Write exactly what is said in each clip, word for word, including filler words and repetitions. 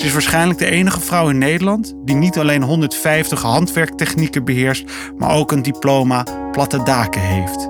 is waarschijnlijk de enige vrouw in Nederland die niet alleen honderdvijftig handwerktechnieken beheerst, maar ook een diploma platte daken heeft.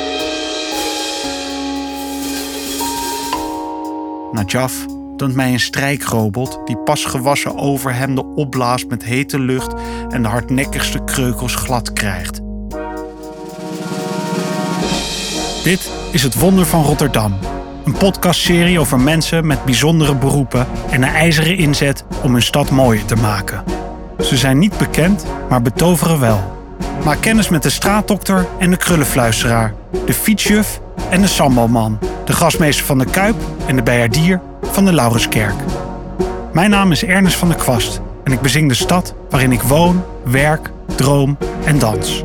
Najaf toont mij een strijkrobot die pas gewassen overhemden opblaast met hete lucht en de hardnekkigste kreukels glad krijgt. Dit is Het Wonder van Rotterdam. Een podcastserie over mensen met bijzondere beroepen en een ijzeren inzet om hun stad mooier te maken. Ze zijn niet bekend, maar betoveren wel. Maak kennis met de straatdokter en de krullenfluisteraar, de fietsjuf en de sambalman, de grasmeester van de Kuip en de bijaardier van de Laurenskerk. Mijn naam is Ernest van der Kwast en ik bezing de stad waarin ik woon, werk, droom en dans.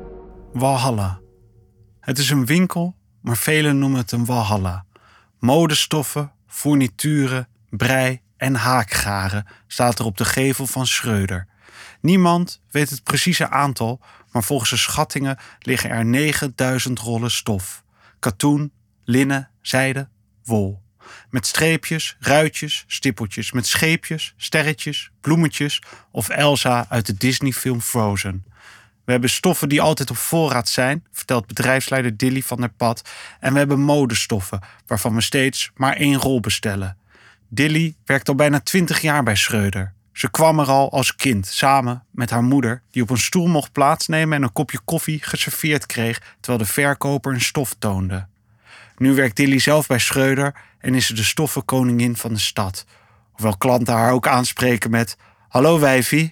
Walhalla. Het is een winkel, maar velen noemen het een walhalla. Modestoffen, fournituren, brei en haakgaren staat er op de gevel van Schreuder. Niemand weet het precieze aantal, maar volgens de schattingen liggen er negenduizend rollen stof. Katoen, linnen, zijde, wol. Met streepjes, ruitjes, stippeltjes, met scheepjes, sterretjes, bloemetjes of Elsa uit de Disney-film Frozen. We hebben stoffen die altijd op voorraad zijn, vertelt bedrijfsleider Dilly van der Pad. En we hebben modestoffen, waarvan we steeds maar één rol bestellen. Dilly werkt al bijna twintig jaar bij Schreuder. Ze kwam er al als kind, samen met haar moeder, die op een stoel mocht plaatsnemen en een kopje koffie geserveerd kreeg, terwijl de verkoper een stof toonde. Nu werkt Dilly zelf bij Schreuder en is ze de stoffenkoningin van de stad. Hoewel klanten haar ook aanspreken met: "Hallo wijfie."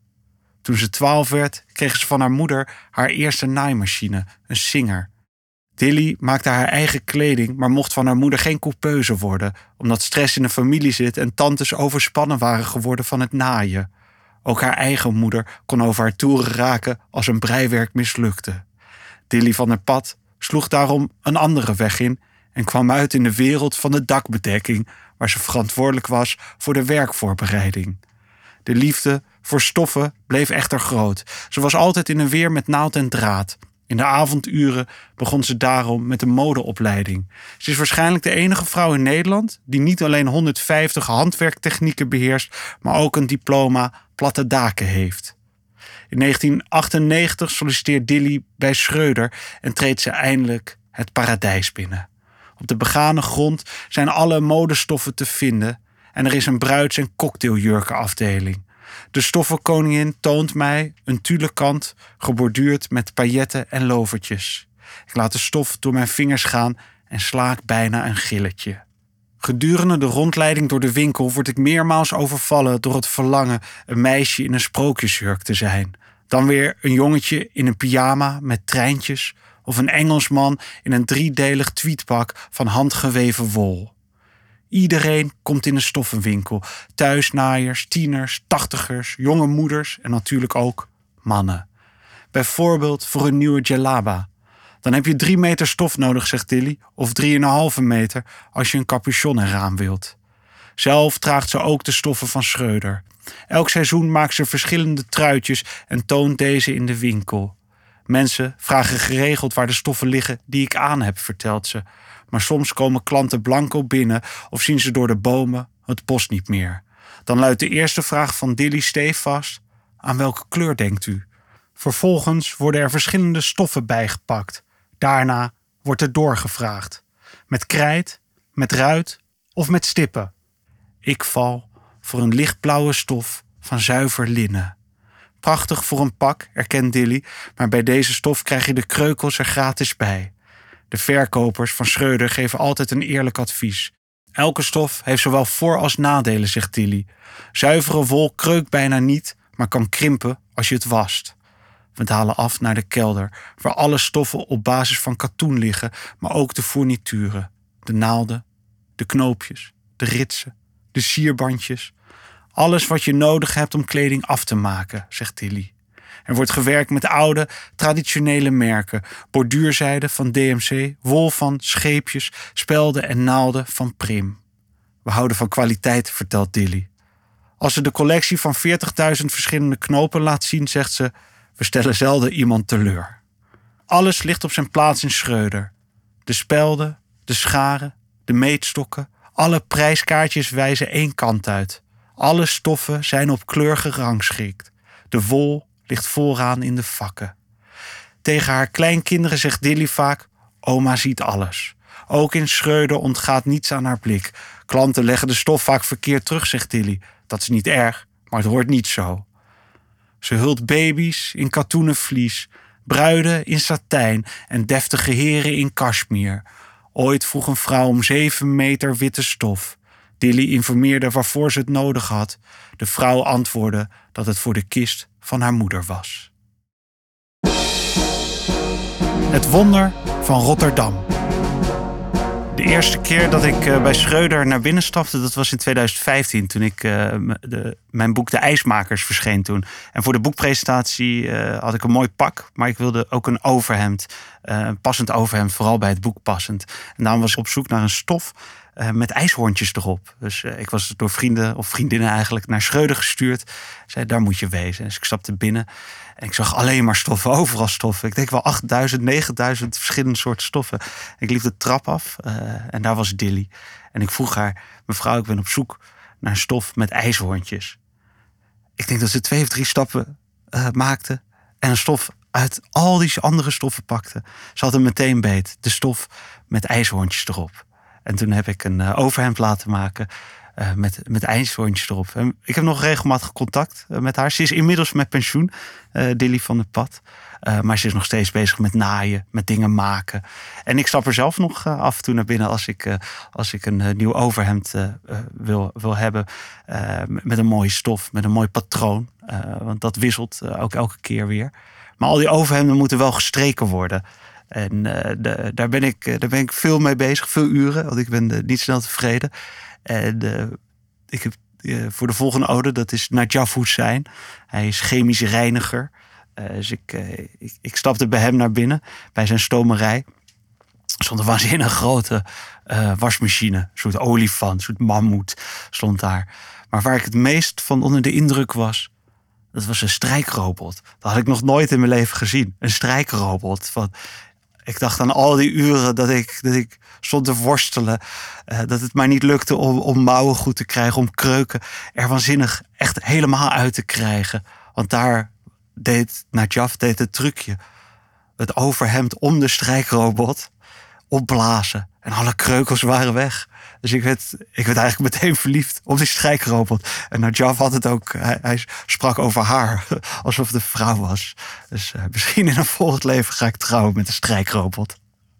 Toen ze twaalf werd, kreeg ze van haar moeder haar eerste naaimachine, een Singer. Dilly maakte haar eigen kleding, maar mocht van haar moeder geen coupeuse worden, omdat stress in de familie zit en tantes overspannen waren geworden van het naaien. Ook haar eigen moeder kon over haar toeren raken als een breiwerk mislukte. Dilly van der Pad sloeg daarom een andere weg in en kwam uit in de wereld van de dakbedekking, waar ze verantwoordelijk was voor de werkvoorbereiding. De liefde voor stoffen bleef echter groot. Ze was altijd in een weer met naald en draad. In de avonduren begon ze daarom met een modeopleiding. Ze is waarschijnlijk de enige vrouw in Nederland die niet alleen honderdvijftig handwerktechnieken beheerst, maar ook een diploma platte daken heeft. In negentien achtennegentig solliciteert Dilly bij Schreuder en treedt ze eindelijk het paradijs binnen. Op de begane grond zijn alle modestoffen te vinden en er is een bruids- en cocktailjurkenafdeling. De stoffenkoningin toont mij een tulle kant, geborduurd met pailletten en lovertjes. Ik laat de stof door mijn vingers gaan en slaak bijna een gilletje. Gedurende de rondleiding door de winkel word ik meermaals overvallen door het verlangen een meisje in een sprookjesjurk te zijn. Dan weer een jongetje in een pyjama met treintjes of een Engelsman in een driedelig tweedpak van handgeweven wol. Iedereen komt in een stoffenwinkel. Thuisnaaiers, tieners, tachtigers, jonge moeders en natuurlijk ook mannen. Bijvoorbeeld voor een nieuwe djellaba. Dan heb je drie meter stof nodig, zegt Dilly, of drieënhalve meter als je een capuchon eraan wilt. Zelf draagt ze ook de stoffen van Schreuder. Elk seizoen maakt ze verschillende truitjes en toont deze in de winkel. Mensen vragen geregeld waar de stoffen liggen die ik aan heb, vertelt ze. Maar soms komen klanten blanco binnen of zien ze door de bomen het bos niet meer. Dan luidt de eerste vraag van Dilly stevast: aan welke kleur denkt u? Vervolgens worden er verschillende stoffen bijgepakt. Daarna wordt er doorgevraagd. Met krijt, met ruit of met stippen. Ik val voor een lichtblauwe stof van zuiver linnen. Prachtig voor een pak, erkent Dilly, maar bij deze stof krijg je de kreukels er gratis bij. De verkopers van Schreuder geven altijd een eerlijk advies. Elke stof heeft zowel voor- als nadelen, zegt Dilly. Zuivere wol kreukt bijna niet, maar kan krimpen als je het wast. We dalen af naar de kelder, waar alle stoffen op basis van katoen liggen, maar ook de fournituren. De naalden, de knoopjes, de ritsen, de sierbandjes. Alles wat je nodig hebt om kleding af te maken, zegt Dilly. Er wordt gewerkt met oude, traditionele merken. Borduurzijde van D M C, wol van Scheepjes, spelden en naalden van Prim. We houden van kwaliteit, vertelt Dilly. Als ze de collectie van veertigduizend verschillende knopen laat zien, zegt ze: we stellen zelden iemand teleur. Alles ligt op zijn plaats in Schreuder. De spelden, de scharen, de meetstokken, alle prijskaartjes wijzen één kant uit. Alle stoffen zijn op kleur gerangschikt. De wol ligt vooraan in de vakken. Tegen haar kleinkinderen zegt Dilly vaak: oma ziet alles. Ook in Schröder ontgaat niets aan haar blik. Klanten leggen de stof vaak verkeerd terug, zegt Dilly. Dat is niet erg, maar het hoort niet zo. Ze hult baby's in katoenen vlies, bruiden in satijn en deftige heren in kashmir. Ooit vroeg een vrouw om zeven meter witte stof. Dilly informeerde waarvoor ze het nodig had. De vrouw antwoordde dat het voor de kist van haar moeder was. Het wonder van Rotterdam. De eerste keer dat ik bij Schröder naar binnen stapte, dat was in tweeduizend vijftien. Toen ik uh, de, mijn boek De IJsmakers verscheen toen. En voor de boekpresentatie uh, had ik een mooi pak. Maar ik wilde ook een overhemd. Uh, een passend overhemd, vooral bij het boek passend. En daarom was ik op zoek naar een stof uh, met ijshoorntjes erop. Dus uh, ik was door vrienden of vriendinnen eigenlijk naar Schröder gestuurd. Zei, daar moet je wezen. Dus ik stapte binnen. En ik zag alleen maar stoffen, overal stoffen. Ik denk wel achtduizend, negenduizend verschillende soorten stoffen. Ik liep de trap af uh, en daar was Dilly. En ik vroeg haar: mevrouw, ik ben op zoek naar een stof met ijshoorntjes. Ik denk dat ze twee of drie stappen uh, maakte en een stof uit al die andere stoffen pakte. Ze had hem meteen beet, de stof met ijshoorntjes erop. En toen heb ik een uh, overhemd laten maken Uh, met, met ijshoorntjes erop. En ik heb nog regelmatig contact uh, met haar. Ze is inmiddels met pensioen, uh, Dilly van der Pad. Uh, maar ze is nog steeds bezig met naaien, met dingen maken. En ik stap er zelf nog uh, af en toe naar binnen als ik, uh, als ik een uh, nieuw overhemd uh, uh, wil, wil hebben. Uh, met een mooie stof, met een mooi patroon. Uh, want dat wisselt uh, ook elke keer weer. Maar al die overhemden moeten wel gestreken worden. En uh, de, daar, ben ik, uh, daar ben ik veel mee bezig, veel uren. Want ik ben uh, niet snel tevreden. En uh, ik heb uh, voor de volgende ode, dat is Najaf Hussein. Hij is chemisch reiniger. Uh, dus ik, uh, ik, ik stapte bij hem naar binnen, bij zijn stomerij. Er stond een waanzinnig grote uh, wasmachine. Een soort olifant, een soort mammoet stond daar. Maar waar ik het meest van onder de indruk was, dat was een strijkrobot. Dat had ik nog nooit in mijn leven gezien. Een strijkrobot. Van, ik dacht aan al die uren dat ik, dat ik stond te worstelen. Uh, dat het mij niet lukte om, om mouwen goed te krijgen. Om kreuken er waanzinnig echt helemaal uit te krijgen. Want daar deed Najaf deed het trucje. Het overhemd om de strijkrobot opblazen. En alle kreukels waren weg. Dus ik werd, ik werd eigenlijk meteen verliefd op die strijkrobot. En Najaf had het ook. Hij, hij sprak over haar. Alsof het een vrouw was. Dus uh, misschien in een volgend leven ga ik trouwen met een strijkrobot.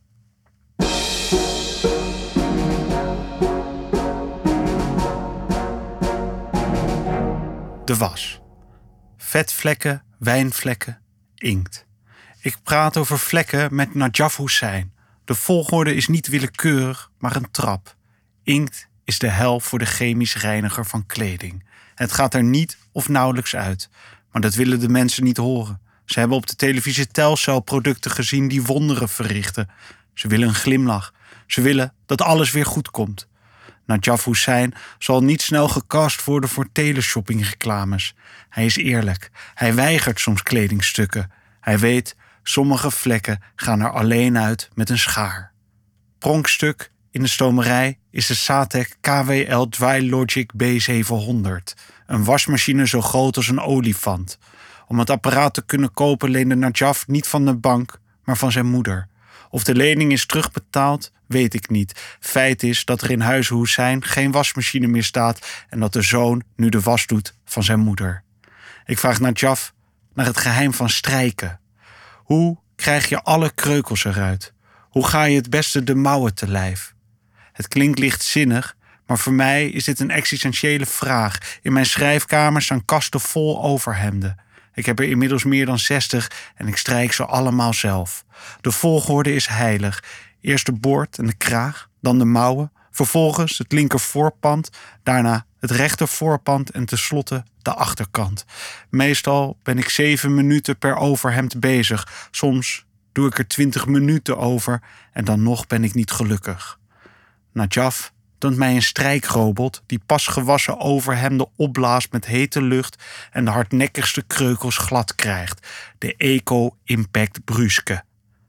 De was. Vetvlekken, wijnvlekken, inkt. Ik praat over vlekken met Najaf Hussein. De volgorde is niet willekeurig, maar een trap. Inkt is de hel voor de chemisch reiniger van kleding. Het gaat er niet of nauwelijks uit. Maar dat willen de mensen niet horen. Ze hebben op de televisie Telcel producten gezien die wonderen verrichten. Ze willen een glimlach. Ze willen dat alles weer goed komt. Najaf Hussein zal niet snel gecast worden voor teleshoppingreclames. Hij is eerlijk. Hij weigert soms kledingstukken. Hij weet, sommige vlekken gaan er alleen uit met een schaar. Pronkstuk in de stomerij is de Satek K W L Drylogic B zevenhonderd. Een wasmachine zo groot als een olifant. Om het apparaat te kunnen kopen leende Najaf niet van de bank, maar van zijn moeder. Of de lening is terugbetaald, weet ik niet. Feit is dat er in huis Hussein geen wasmachine meer staat en dat de zoon nu de was doet van zijn moeder. Ik vraag Najaf naar het geheim van strijken. Hoe krijg je alle kreukels eruit? Hoe ga je het beste de mouwen te lijf? Het klinkt lichtzinnig, maar voor mij is dit een existentiële vraag. In mijn schrijfkamer staan kasten vol overhemden. Ik heb er inmiddels meer dan zestig en ik strijk ze allemaal zelf. De volgorde is heilig. Eerst de boord en de kraag, dan de mouwen. Vervolgens het linker voorpand, daarna het rechter voorpand en tenslotte de achterkant. Meestal ben ik zeven minuten per overhemd bezig. Soms doe ik er twintig minuten over en dan nog ben ik niet gelukkig. Najaf toont mij een strijkrobot die pas gewassen overhemden opblaast met hete lucht en de hardnekkigste kreukels glad krijgt. De Eco Impact Bruske.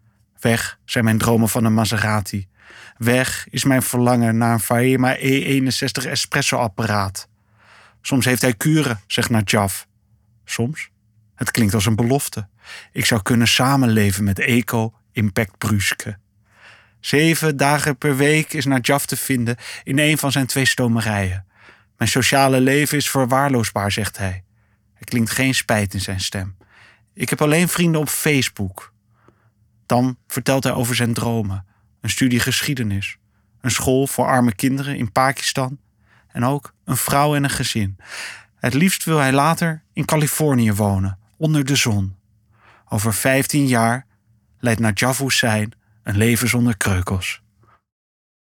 Weg zijn mijn dromen van een Maserati. Weg is mijn verlangen naar een Faema E eenenzestig espresso-apparaat. Soms heeft hij kuren, zegt Najaf. Soms. Het klinkt als een belofte. Ik zou kunnen samenleven met Eko Impact Bruske. Zeven dagen per week is Najaf te vinden in een van zijn twee stomerijen. Mijn sociale leven is verwaarloosbaar, zegt hij. Er klinkt geen spijt in zijn stem. Ik heb alleen vrienden op Facebook. Dan vertelt hij over zijn dromen. Een studie geschiedenis. Een school voor arme kinderen in Pakistan. En ook een vrouw en een gezin. Het liefst wil hij later in Californië wonen, onder de zon. Over vijftien jaar leidt Najaf Hussein een leven zonder kreukels.